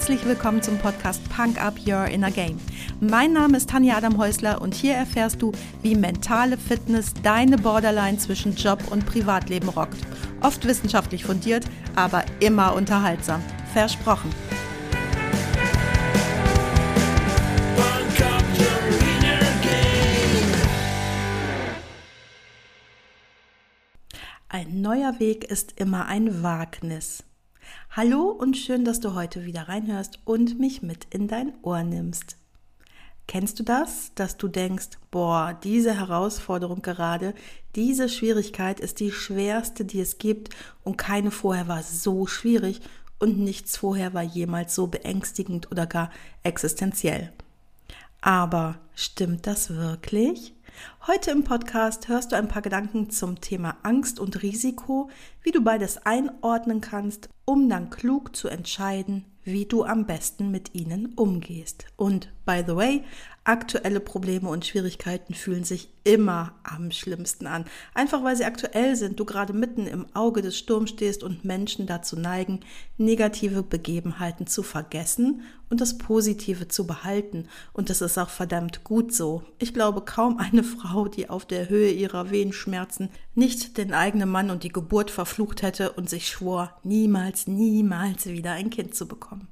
herzlich willkommen zum Podcast Punk Up Your Inner Game. Mein Name ist Tanja Adam-Häusler und hier erfährst du, wie mentale Fitness deine Borderline zwischen Job und Privatleben rockt. Oft wissenschaftlich fundiert, aber immer unterhaltsam. Versprochen. Ein neuer Weg ist immer ein Wagnis. Hallo und schön, dass du heute wieder reinhörst und mich mit in dein Ohr nimmst. Kennst du das, dass du denkst, boah, diese Herausforderung gerade, diese Schwierigkeit ist die schwerste, die es gibt und keine vorher war so schwierig und nichts vorher war jemals so beängstigend oder gar existenziell. Aber stimmt das wirklich? Heute im Podcast hörst du ein paar Gedanken zum Thema Angst und Risiko, wie du beides einordnen kannst, um dann klug zu entscheiden, wie du am besten mit ihnen umgehst. Und by the way, aktuelle Probleme und Schwierigkeiten fühlen sich immer am schlimmsten an. Einfach weil sie aktuell sind, du gerade mitten im Auge des Sturms stehst und Menschen dazu neigen, negative Begebenheiten zu vergessen und das Positive zu behalten. Und das ist auch verdammt gut so. Ich glaube, kaum eine Frau, die auf der Höhe ihrer Wehenschmerzen nicht den eigenen Mann und die Geburt verflucht hätte und sich schwor, niemals wieder ein Kind zu bekommen.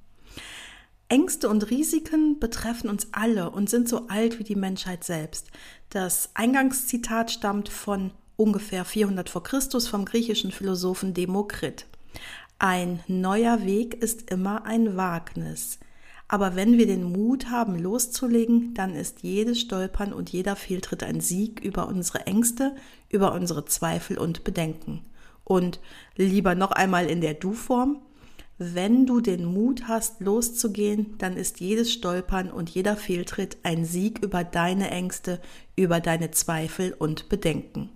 Ängste und Risiken betreffen uns alle und sind so alt wie die Menschheit selbst. Das Eingangszitat stammt von ungefähr 400 vor Christus vom griechischen Philosophen Demokrit. Ein neuer Weg ist immer ein Wagnis. Aber wenn wir den Mut haben, loszulegen, dann ist jedes Stolpern und jeder Fehltritt ein Sieg über unsere Ängste, über unsere Zweifel und Bedenken. Und lieber noch einmal in der Du-Form: Wenn du den Mut hast, loszugehen, dann ist jedes Stolpern und jeder Fehltritt ein Sieg über deine Ängste, über deine Zweifel und Bedenken.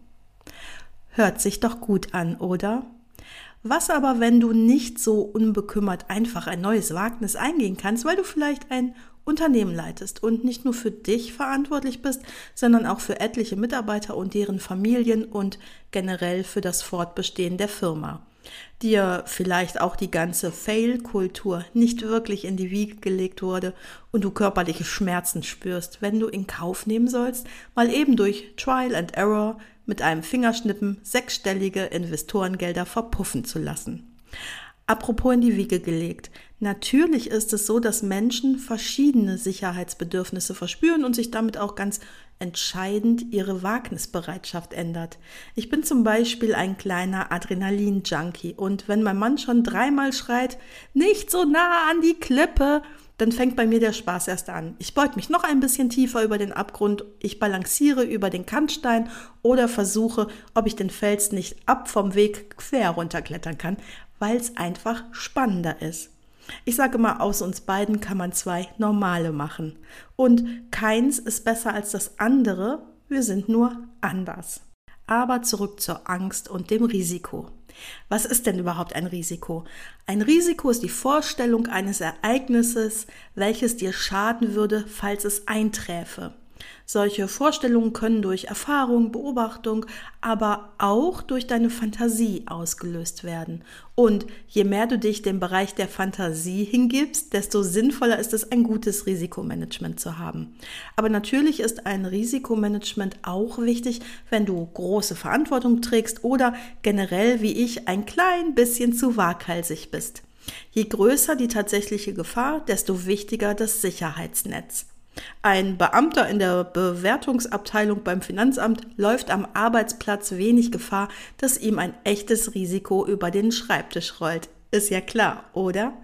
Hört sich doch gut an, oder? Was aber, wenn du nicht so unbekümmert einfach ein neues Wagnis eingehen kannst, weil du vielleicht ein Unternehmen leitest und nicht nur für dich verantwortlich bist, sondern auch für etliche Mitarbeiter und deren Familien und generell für das Fortbestehen der Firma. Dir vielleicht auch die ganze Fail-Kultur nicht wirklich in die Wiege gelegt wurde und du körperliche Schmerzen spürst, wenn du in Kauf nehmen sollst, mal eben durch Trial and Error mit einem Fingerschnippen sechsstellige Investorengelder verpuffen zu lassen. Apropos in die Wiege gelegt. Natürlich ist es so, dass Menschen verschiedene Sicherheitsbedürfnisse verspüren und sich damit auch ganz entscheidend ihre Wagnisbereitschaft ändert. Ich bin zum Beispiel ein kleiner Adrenalin-Junkie und wenn mein Mann schon 3-mal schreit, nicht so nah an die Klippe, dann fängt bei mir der Spaß erst an. Ich beug mich noch ein bisschen tiefer über den Abgrund, ich balanciere über den Kantstein oder versuche, ob ich den Fels nicht ab vom Weg quer runterklettern kann, weil es einfach spannender ist. Ich sage immer, aus uns beiden kann man 2 normale machen. Und keins ist besser als das andere, wir sind nur anders. Aber zurück zur Angst und dem Risiko. Was ist denn überhaupt ein Risiko? Ein Risiko ist die Vorstellung eines Ereignisses, welches dir schaden würde, falls es einträfe. Solche Vorstellungen können durch Erfahrung, Beobachtung, aber auch durch deine Fantasie ausgelöst werden. Und je mehr du dich dem Bereich der Fantasie hingibst, desto sinnvoller ist es, ein gutes Risikomanagement zu haben. Aber natürlich ist ein Risikomanagement auch wichtig, wenn du große Verantwortung trägst oder generell wie ich ein klein bisschen zu waghalsig bist. Je größer die tatsächliche Gefahr, desto wichtiger das Sicherheitsnetz. Ein Beamter in der Bewertungsabteilung beim Finanzamt läuft am Arbeitsplatz wenig Gefahr, dass ihm ein echtes Risiko über den Schreibtisch rollt. Ist ja klar, oder?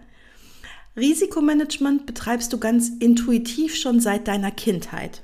Risikomanagement betreibst du ganz intuitiv schon seit deiner Kindheit.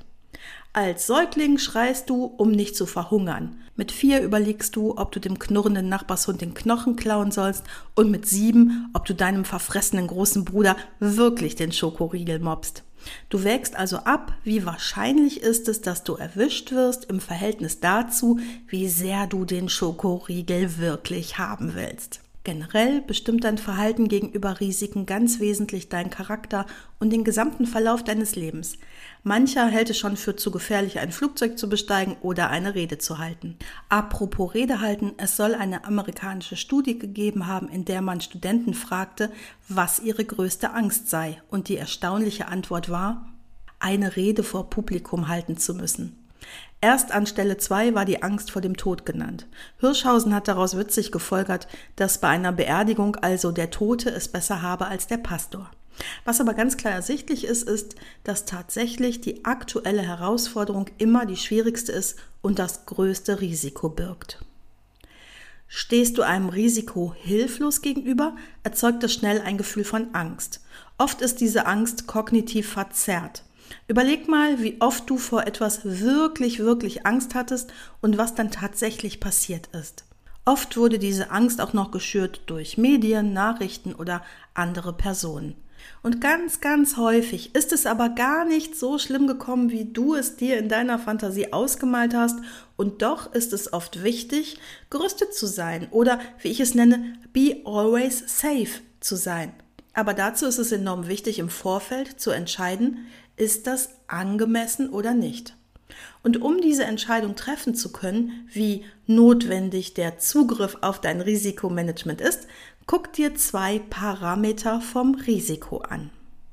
Als Säugling schreist du, um nicht zu verhungern. Mit 4 überlegst du, ob du dem knurrenden Nachbarshund den Knochen klauen sollst und mit 7, ob du deinem verfressenen großen Bruder wirklich den Schokoriegel mobst. Du wägst also ab, wie wahrscheinlich ist es, dass du erwischt wirst im Verhältnis dazu, wie sehr du den Schokoriegel wirklich haben willst. Generell bestimmt dein Verhalten gegenüber Risiken ganz wesentlich deinen Charakter und den gesamten Verlauf deines Lebens. Mancher hält es schon für zu gefährlich, ein Flugzeug zu besteigen oder eine Rede zu halten. Apropos Rede halten, es soll eine amerikanische Studie gegeben haben, in der man Studenten fragte, was ihre größte Angst sei. Und die erstaunliche Antwort war, eine Rede vor Publikum halten zu müssen. Erst an Stelle 2 war die Angst vor dem Tod genannt. Hirschhausen hat daraus witzig gefolgert, dass bei einer Beerdigung also der Tote es besser habe als der Pastor. Was aber ganz klar ersichtlich ist, dass tatsächlich die aktuelle Herausforderung immer die schwierigste ist und das größte Risiko birgt. Stehst du einem Risiko hilflos gegenüber, erzeugt das schnell ein Gefühl von Angst. Oft ist diese Angst kognitiv verzerrt. Überleg mal, wie oft du vor etwas wirklich Angst hattest und was dann tatsächlich passiert ist. Oft wurde diese Angst auch noch geschürt durch Medien, Nachrichten oder andere Personen. Und ganz häufig ist es aber gar nicht so schlimm gekommen, wie du es dir in deiner Fantasie ausgemalt hast. Und doch ist es oft wichtig, gerüstet zu sein oder, wie ich es nenne, be always safe zu sein. Aber dazu ist es enorm wichtig, im Vorfeld zu entscheiden, ist das angemessen oder nicht? Und um diese Entscheidung treffen zu können, wie notwendig der Zugriff auf dein Risikomanagement ist, guck dir 2 Parameter vom Risiko an.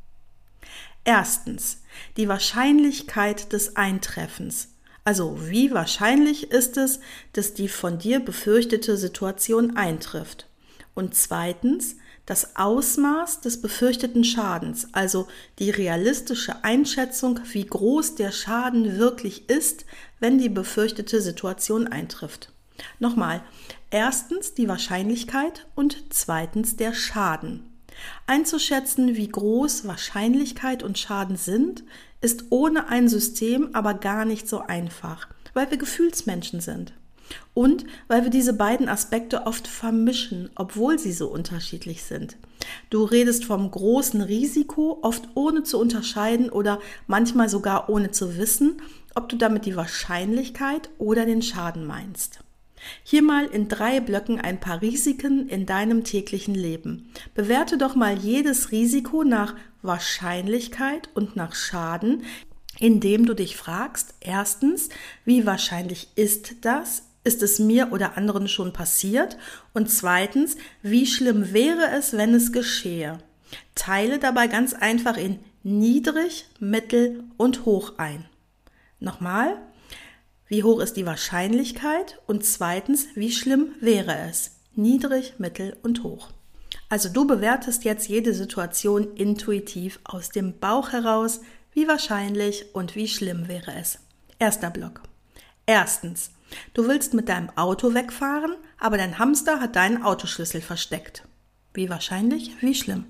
Erstens, die Wahrscheinlichkeit des Eintreffens. Also wie wahrscheinlich ist es, dass die von dir befürchtete Situation eintrifft? Und zweitens, das Ausmaß des befürchteten Schadens, also die realistische Einschätzung, wie groß der Schaden wirklich ist, wenn die befürchtete Situation eintrifft. Nochmal, erstens die Wahrscheinlichkeit und zweitens der Schaden. Einzuschätzen, wie groß Wahrscheinlichkeit und Schaden sind, ist ohne ein System aber gar nicht so einfach, weil wir Gefühlsmenschen sind. Und weil wir diese beiden Aspekte oft vermischen, obwohl sie so unterschiedlich sind. Du redest vom großen Risiko, oft ohne zu unterscheiden oder manchmal sogar ohne zu wissen, ob du damit die Wahrscheinlichkeit oder den Schaden meinst. Hier mal in 3 Blöcken ein paar Risiken in deinem täglichen Leben. Bewerte doch mal jedes Risiko nach Wahrscheinlichkeit und nach Schaden, indem du dich fragst, erstens, wie wahrscheinlich ist das? Ist es mir oder anderen schon passiert? Und zweitens, wie schlimm wäre es, wenn es geschehe? Teile dabei ganz einfach in niedrig, mittel und hoch ein. Nochmal, wie hoch ist die Wahrscheinlichkeit? Und zweitens, wie schlimm wäre es? Niedrig, mittel und hoch. Also du bewertest jetzt jede Situation intuitiv aus dem Bauch heraus, wie wahrscheinlich und wie schlimm wäre es. Erster Block. Erstens, du willst mit deinem Auto wegfahren, aber dein Hamster hat deinen Autoschlüssel versteckt. Wie wahrscheinlich, wie schlimm.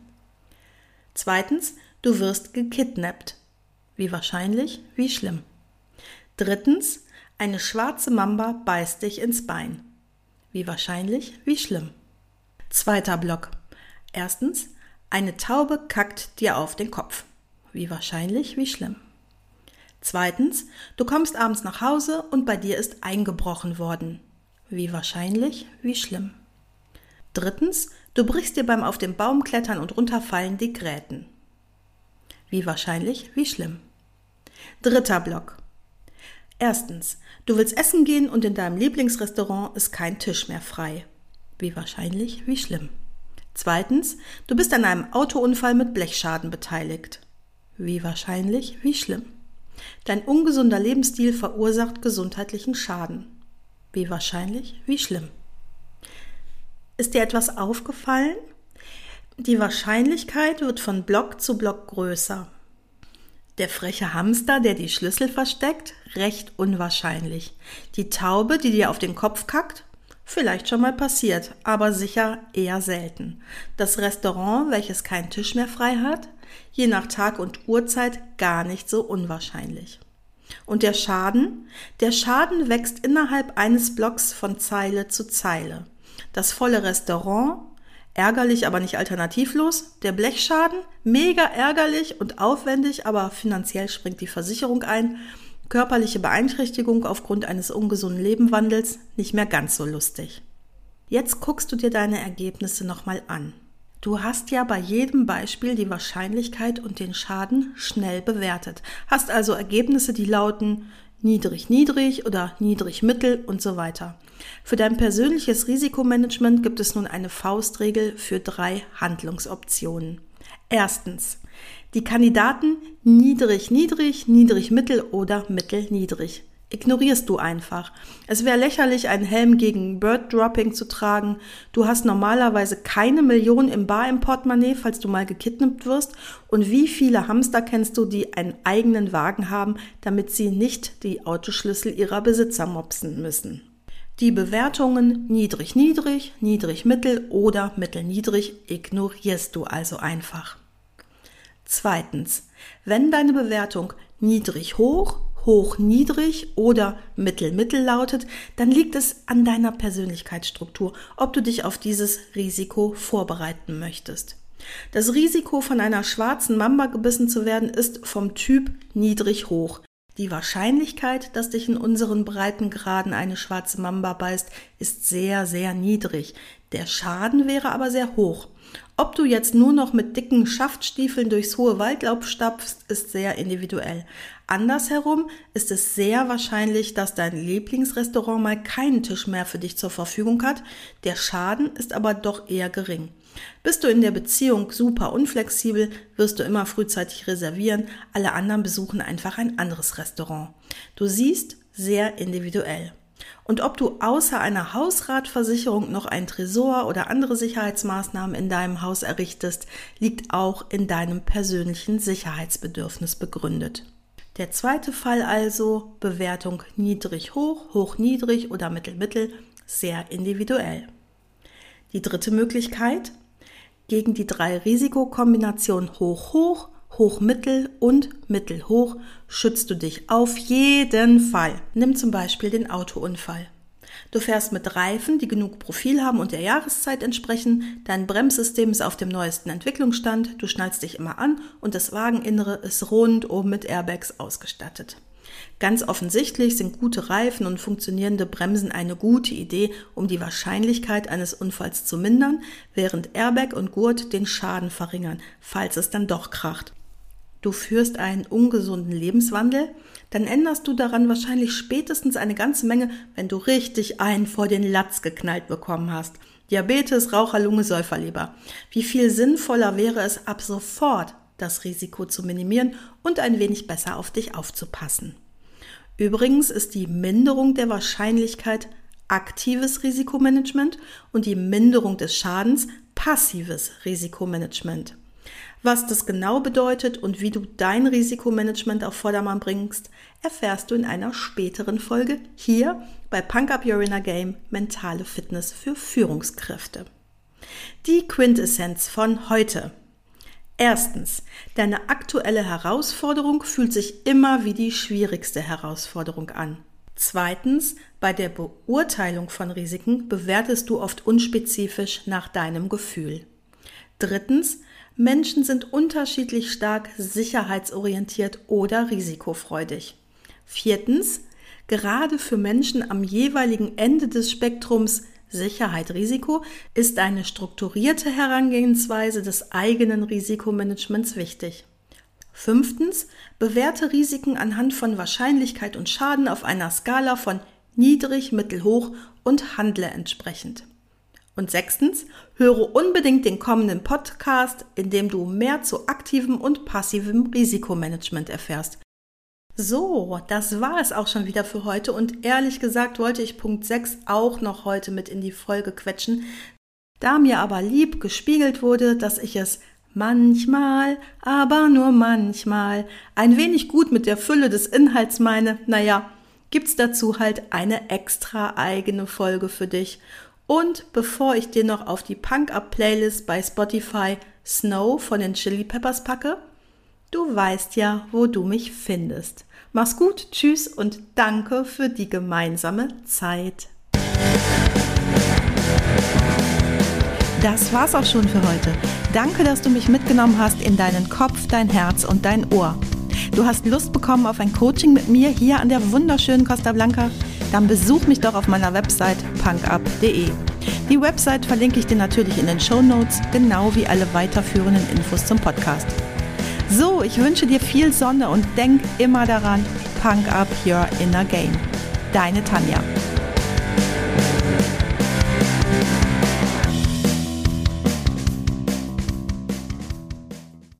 Zweitens, du wirst gekidnappt. Wie wahrscheinlich, wie schlimm. Drittens, eine schwarze Mamba beißt dich ins Bein. Wie wahrscheinlich, wie schlimm. Zweiter Block. Erstens, eine Taube kackt dir auf den Kopf. Wie wahrscheinlich, wie schlimm. Zweitens, du kommst abends nach Hause und bei dir ist eingebrochen worden. Wie wahrscheinlich, wie schlimm. Drittens, du brichst dir beim auf den Baum klettern und runterfallen die Gräten. Wie wahrscheinlich, wie schlimm. Dritter Block. Erstens, du willst essen gehen und in deinem Lieblingsrestaurant ist kein Tisch mehr frei. Wie wahrscheinlich, wie schlimm. Zweitens, du bist an einem Autounfall mit Blechschaden beteiligt. Wie wahrscheinlich, wie schlimm. Dein ungesunder Lebensstil verursacht gesundheitlichen Schaden. Wie wahrscheinlich, wie schlimm. Ist dir etwas aufgefallen? Die Wahrscheinlichkeit wird von Block zu Block größer. Der freche Hamster, der die Schlüssel versteckt, recht unwahrscheinlich. Die Taube, die dir auf den Kopf kackt, vielleicht schon mal passiert, aber sicher eher selten. Das Restaurant, welches keinen Tisch mehr frei hat, je nach Tag und Uhrzeit gar nicht so unwahrscheinlich. Und der Schaden? Der Schaden wächst innerhalb eines Blocks von Zeile zu Zeile. Das volle Restaurant, ärgerlich, aber nicht alternativlos. Der Blechschaden, mega ärgerlich und aufwendig, aber finanziell springt die Versicherung ein. Körperliche Beeinträchtigung aufgrund eines ungesunden Lebenswandels, nicht mehr ganz so lustig. Jetzt guckst du dir deine Ergebnisse nochmal an. Du hast ja bei jedem Beispiel die Wahrscheinlichkeit und den Schaden schnell bewertet. Hast also Ergebnisse, die lauten niedrig, niedrig oder niedrig, mittel und so weiter. Für dein persönliches Risikomanagement gibt es nun eine Faustregel für 3 Handlungsoptionen. Erstens, die Kandidaten niedrig, niedrig, niedrig, mittel oder mittel, niedrig. Ignorierst du einfach. Es wäre lächerlich, einen Helm gegen Bird-Dropping zu tragen. Du hast normalerweise keine Million im Bar im Portemonnaie, falls du mal gekidnappt wirst. Und wie viele Hamster kennst du, die einen eigenen Wagen haben, damit sie nicht die Autoschlüssel ihrer Besitzer mopsen müssen? Die Bewertungen niedrig, niedrig, niedrig, mittel oder mittel, niedrig ignorierst du also einfach. Zweitens, wenn deine Bewertung niedrig, hoch, hoch, niedrig oder mittel, mittel lautet, dann liegt es an deiner Persönlichkeitsstruktur, ob du dich auf dieses Risiko vorbereiten möchtest. Das Risiko, von einer schwarzen Mamba gebissen zu werden, ist vom Typ niedrig, hoch. Die Wahrscheinlichkeit, dass dich in unseren Breitengraden eine schwarze Mamba beißt, ist sehr, sehr niedrig. Der Schaden wäre aber sehr hoch. Ob du jetzt nur noch mit dicken Schaftstiefeln durchs hohe Waldlaub stapfst, ist sehr individuell. Andersherum ist es sehr wahrscheinlich, dass dein Lieblingsrestaurant mal keinen Tisch mehr für dich zur Verfügung hat. Der Schaden ist aber doch eher gering. Bist du in der Beziehung super unflexibel, wirst du immer frühzeitig reservieren, alle anderen besuchen einfach ein anderes Restaurant. Du siehst, sehr individuell. Und ob du außer einer Hausratversicherung noch ein Tresor oder andere Sicherheitsmaßnahmen in deinem Haus errichtest, liegt auch in deinem persönlichen Sicherheitsbedürfnis begründet. Der zweite Fall also, Bewertung niedrig, hoch, hoch, niedrig oder mittel, mittel, sehr individuell. Die dritte Möglichkeit, gegen die 3 Risikokombinationen hoch, hoch, hoch, mittel und mittel, hoch schützt du dich auf jeden Fall. Nimm zum Beispiel den Autounfall. Du fährst mit Reifen, die genug Profil haben und der Jahreszeit entsprechen, dein Bremssystem ist auf dem neuesten Entwicklungsstand, du schnallst dich immer an und das Wageninnere ist rundum mit Airbags ausgestattet. Ganz offensichtlich sind gute Reifen und funktionierende Bremsen eine gute Idee, um die Wahrscheinlichkeit eines Unfalls zu mindern, während Airbag und Gurt den Schaden verringern, falls es dann doch kracht. Du führst einen ungesunden Lebenswandel, dann änderst du daran wahrscheinlich spätestens eine ganze Menge, wenn du richtig einen vor den Latz geknallt bekommen hast. Diabetes, Raucherlunge, Säuferleber. Wie viel sinnvoller wäre es, ab sofort das Risiko zu minimieren und ein wenig besser auf dich aufzupassen. Übrigens ist die Minderung der Wahrscheinlichkeit aktives Risikomanagement und die Minderung des Schadens passives Risikomanagement. Was das genau bedeutet und wie du dein Risikomanagement auf Vordermann bringst, erfährst du in einer späteren Folge hier bei Punk Up Your Inner Game – Mentale Fitness für Führungskräfte. Die Quintessenz von heute. Erstens, deine aktuelle Herausforderung fühlt sich immer wie die schwierigste Herausforderung an. Zweitens, bei der Beurteilung von Risiken bewertest du oft unspezifisch nach deinem Gefühl. Drittens, Menschen sind unterschiedlich stark sicherheitsorientiert oder risikofreudig. Viertens, gerade für Menschen am jeweiligen Ende des Spektrums Sicherheit, Risiko ist eine strukturierte Herangehensweise des eigenen Risikomanagements wichtig. Fünftens, bewerte Risiken anhand von Wahrscheinlichkeit und Schaden auf einer Skala von niedrig, mittel, hoch und handle entsprechend. Und sechstens, höre unbedingt den kommenden Podcast, in dem du mehr zu aktivem und passivem Risikomanagement erfährst. So, das war es auch schon wieder für heute und ehrlich gesagt wollte ich Punkt 6 auch noch heute mit in die Folge quetschen, da mir aber lieb gespiegelt wurde, dass ich es manchmal, aber nur manchmal, ein wenig gut mit der Fülle des Inhalts meine, gibt's dazu halt eine extra eigene Folge für dich. Und bevor ich dir noch auf die Punk-Up-Playlist bei Spotify Snow von den Chili Peppers packe, du weißt ja, wo du mich findest. Mach's gut, tschüss und danke für die gemeinsame Zeit. Das war's auch schon für heute. Danke, dass du mich mitgenommen hast in deinen Kopf, dein Herz und dein Ohr. Du hast Lust bekommen auf ein Coaching mit mir hier an der wunderschönen Costa Blanca? Dann besuch mich doch auf meiner Website punkup.de. Die Website verlinke ich dir natürlich in den Shownotes, genau wie alle weiterführenden Infos zum Podcast. So, ich wünsche dir viel Sonne und denk immer daran, Punk up your inner game. Deine Tanja.